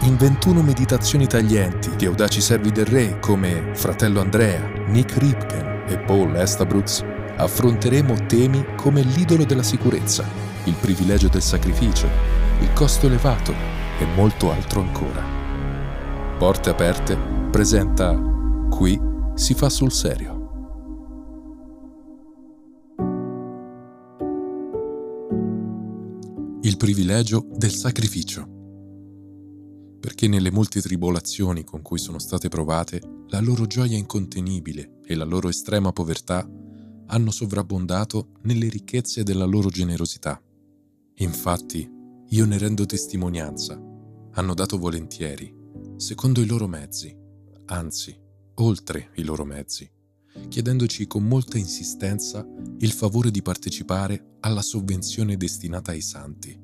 In 21 meditazioni taglienti di audaci servi del re come Fratello Andrea, Nick Ripken e Paul Estabrooks, affronteremo temi come l'idolo della sicurezza, il privilegio del sacrificio, il costo elevato e molto altro ancora. Porte Aperte presenta Qui si fa sul serio. Il privilegio del sacrificio. Perché nelle molte tribolazioni con cui sono state provate, la loro gioia incontenibile e la loro estrema povertà hanno sovrabbondato nelle ricchezze della loro generosità. Infatti, io ne rendo testimonianza. Hanno dato volentieri, secondo i loro mezzi, anzi, oltre i loro mezzi, chiedendoci con molta insistenza il favore di partecipare alla sovvenzione destinata ai santi.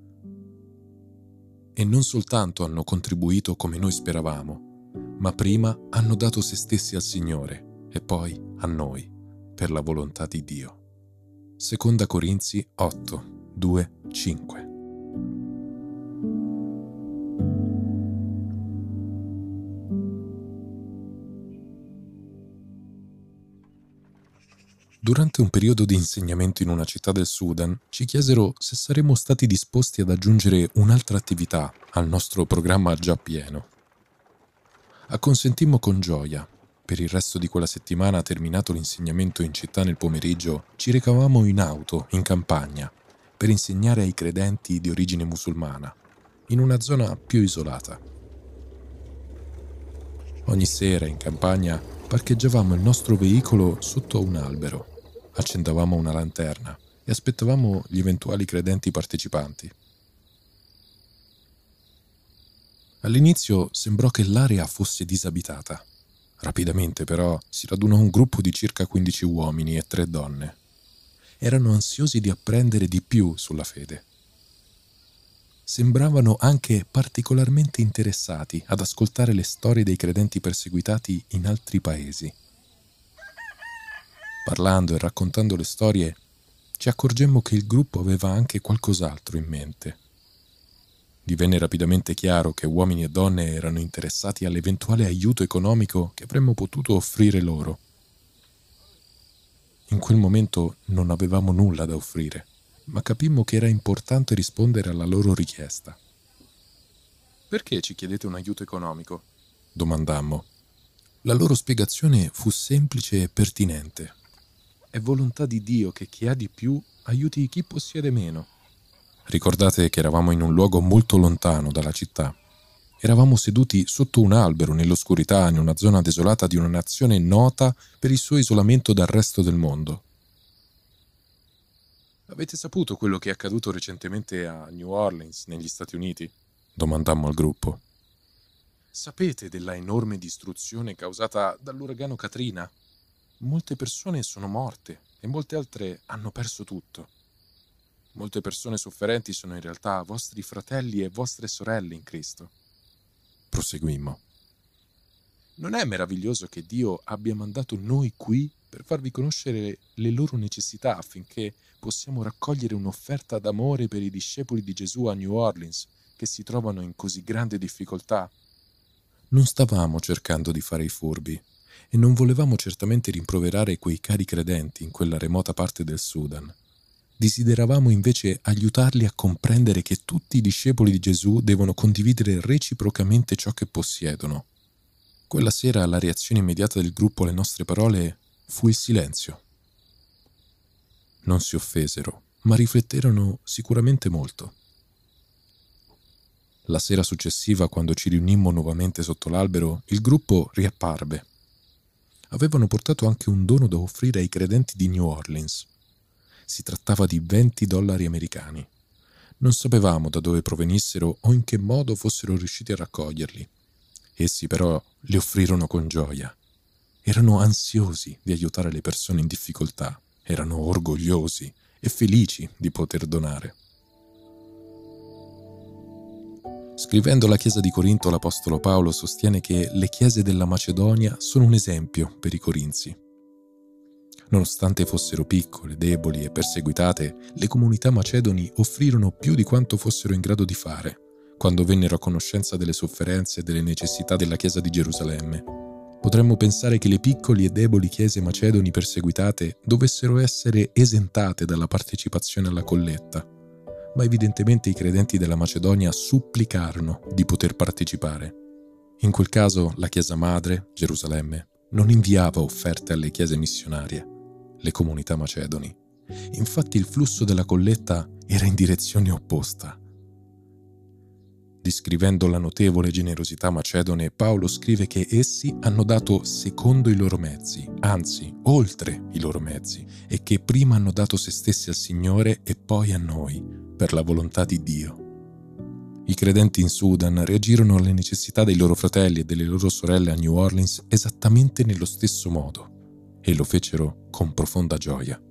E non soltanto hanno contribuito come noi speravamo, ma prima hanno dato se stessi al Signore e poi a noi, per la volontà di Dio. Seconda Corinzi 8, 2, 5. Durante un periodo di insegnamento in una città del Sudan, ci chiesero se saremmo stati disposti ad aggiungere un'altra attività al nostro programma già pieno. Acconsentimmo con gioia. Per il resto di quella settimana, terminato l'insegnamento in città nel pomeriggio, ci recavamo in auto, in campagna, per insegnare ai credenti di origine musulmana, in una zona più isolata. Ogni sera, in campagna, parcheggiavamo il nostro veicolo sotto un albero. Accendevamo una lanterna e aspettavamo gli eventuali credenti partecipanti. All'inizio sembrò che l'area fosse disabitata. Rapidamente però si radunò un gruppo di circa 15 uomini e 3 donne. Erano ansiosi di apprendere di più sulla fede. Sembravano anche particolarmente interessati ad ascoltare le storie dei credenti perseguitati in altri paesi. Parlando e raccontando le storie, ci accorgemmo che il gruppo aveva anche qualcos'altro in mente. Divenne rapidamente chiaro che uomini e donne erano interessati all'eventuale aiuto economico che avremmo potuto offrire loro. In quel momento non avevamo nulla da offrire, ma capimmo che era importante rispondere alla loro richiesta. «Perché ci chiedete un aiuto economico?» domandammo. La loro spiegazione fu semplice e pertinente. È volontà di Dio che chi ha di più aiuti chi possiede meno. Ricordate che eravamo in un luogo molto lontano dalla città. Eravamo seduti sotto un albero nell'oscurità in una zona desolata di una nazione nota per il suo isolamento dal resto del mondo. «Avete saputo quello che è accaduto recentemente a New Orleans, negli Stati Uniti?» domandammo al gruppo. «Sapete della enorme distruzione causata dall'uragano Katrina? Molte persone sono morte e molte altre hanno perso tutto. Molte persone sofferenti sono in realtà vostri fratelli e vostre sorelle in Cristo». Proseguimmo. «Non è meraviglioso che Dio abbia mandato noi qui per farvi conoscere le loro necessità affinché possiamo raccogliere un'offerta d'amore per i discepoli di Gesù a New Orleans che si trovano in così grande difficoltà?» Non stavamo cercando di fare i furbi e non volevamo certamente rimproverare quei cari credenti in quella remota parte del Sudan. Desideravamo invece aiutarli a comprendere che tutti i discepoli di Gesù devono condividere reciprocamente ciò che possiedono. Quella sera la reazione immediata del gruppo alle nostre parole fu il silenzio. Non si offesero, ma rifletterono sicuramente molto. La sera successiva, quando ci riunimmo nuovamente sotto l'albero, il gruppo riapparve. Avevano portato anche un dono da offrire ai credenti di New Orleans. Si trattava di $20 americani. Non sapevamo da dove provenissero o in che modo fossero riusciti a raccoglierli. Essi però li offrirono con gioia. Erano ansiosi di aiutare le persone in difficoltà, erano orgogliosi e felici di poter donare. Scrivendo alla Chiesa di Corinto, l'Apostolo Paolo sostiene che le chiese della Macedonia sono un esempio per i Corinzi. Nonostante fossero piccole, deboli e perseguitate, le comunità macedoni offrirono più di quanto fossero in grado di fare, quando vennero a conoscenza delle sofferenze e delle necessità della Chiesa di Gerusalemme. Potremmo pensare che le piccole e deboli chiese macedoni perseguitate dovessero essere esentate dalla partecipazione alla colletta, ma evidentemente i credenti della Macedonia supplicarono di poter partecipare. In quel caso la Chiesa madre, Gerusalemme, non inviava offerte alle chiese missionarie, le comunità macedoni. Infatti il flusso della colletta era in direzione opposta. Descrivendo la notevole generosità macedone, Paolo scrive che essi hanno dato secondo i loro mezzi, anzi, oltre i loro mezzi, e che prima hanno dato se stessi al Signore e poi a noi, per la volontà di Dio. I credenti in Sudan reagirono alle necessità dei loro fratelli e delle loro sorelle a New Orleans esattamente nello stesso modo, e lo fecero con profonda gioia.